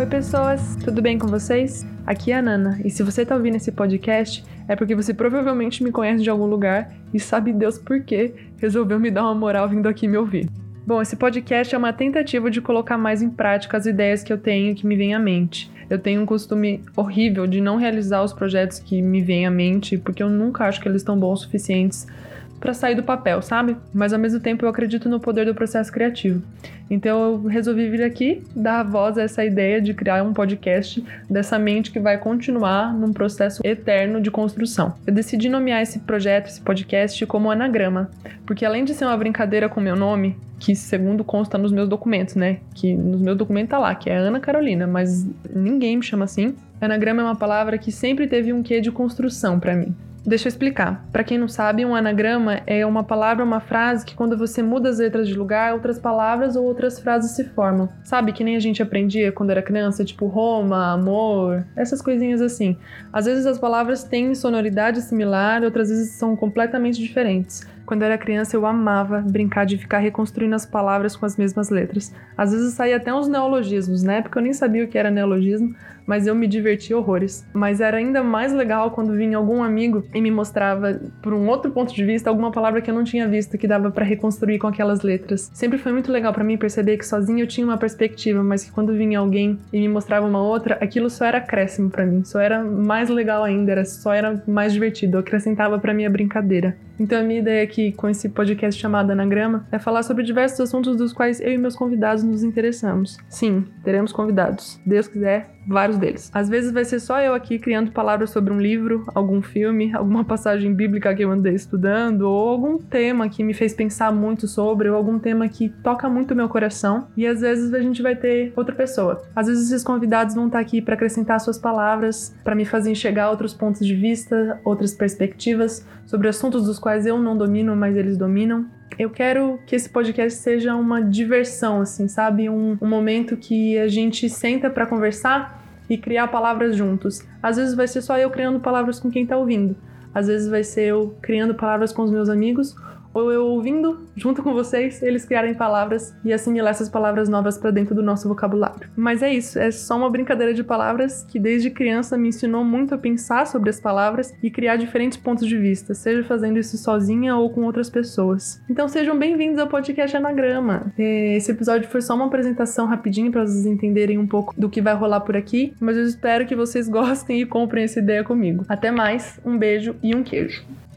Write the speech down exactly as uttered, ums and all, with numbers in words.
Oi pessoas, tudo bem com vocês? Aqui é a Nana, e se você tá ouvindo esse podcast, é porque você provavelmente me conhece de algum lugar e sabe Deus por quê resolveu me dar uma moral vindo aqui me ouvir. Bom, esse podcast é uma tentativa de colocar mais em prática as ideias que eu tenho que me vêm à mente. Eu tenho um costume horrível de não realizar os projetos que me vêm à mente, porque eu nunca acho que eles estão bons o suficientes para sair do papel, sabe? Mas ao mesmo tempo eu acredito no poder do processo criativo. Então eu resolvi vir aqui dar voz a essa ideia de criar um podcast dessa mente que vai continuar num processo eterno de construção. Eu decidi nomear esse projeto, esse podcast, como Anagrama, porque além de ser uma brincadeira com meu nome, que segundo consta nos meus documentos, né? Que nos meus documentos tá lá, que é Ana Carolina, mas ninguém me chama assim. Anagrama é uma palavra que sempre teve um quê de construção para mim. Deixa eu explicar. Para quem não sabe, um anagrama é uma palavra, uma frase que quando você muda as letras de lugar, outras palavras ou outras frases se formam. Sabe, que nem a gente aprendia quando era criança, tipo Roma, amor, essas coisinhas assim. Às vezes as palavras têm sonoridade similar, outras vezes são completamente diferentes. Quando eu era criança, eu amava brincar de ficar reconstruindo as palavras com as mesmas letras. Às vezes saía até uns neologismos, né? Porque eu nem sabia o que era neologismo, mas eu me divertia horrores. Mas era ainda mais legal quando vinha algum amigo e me mostrava, por um outro ponto de vista, alguma palavra que eu não tinha visto, que dava pra reconstruir com aquelas letras. Sempre foi muito legal pra mim perceber que sozinho eu tinha uma perspectiva, mas que quando vinha alguém e me mostrava uma outra, aquilo só era acréscimo pra mim, só era mais legal ainda, era, só era mais divertido, eu acrescentava pra minha brincadeira. Então a minha ideia aqui com esse podcast chamado Anagrama é falar sobre diversos assuntos dos quais eu e meus convidados nos interessamos. Sim, teremos convidados, Deus quiser, vários deles. Às vezes vai ser só eu aqui criando palavras sobre um livro, algum filme, alguma passagem bíblica que eu andei estudando, ou algum tema que me fez pensar muito sobre, ou algum tema que toca muito o meu coração. E às vezes a gente vai ter outra pessoa. Às vezes esses convidados vão estar aqui para acrescentar suas palavras, para me fazer enxergar outros pontos de vista, outras perspectivas sobre assuntos dos quais eu não domino, mas eles dominam. Eu quero que esse podcast seja uma diversão, assim, sabe? Um, um momento que a gente senta pra conversar e criar palavras juntos. Às vezes vai ser só eu criando palavras com quem tá ouvindo. Às vezes vai ser eu criando palavras com os meus amigos, ou eu ouvindo, junto com vocês, eles criarem palavras e assimilar essas palavras novas pra dentro do nosso vocabulário. Mas é isso, é só uma brincadeira de palavras que desde criança me ensinou muito a pensar sobre as palavras e criar diferentes pontos de vista, seja fazendo isso sozinha ou com outras pessoas. Então sejam bem-vindos ao podcast Anagrama. Esse episódio foi só uma apresentação rapidinho pra vocês entenderem um pouco do que vai rolar por aqui, mas eu espero que vocês gostem e comprem essa ideia comigo. Até mais, um beijo e um queijo.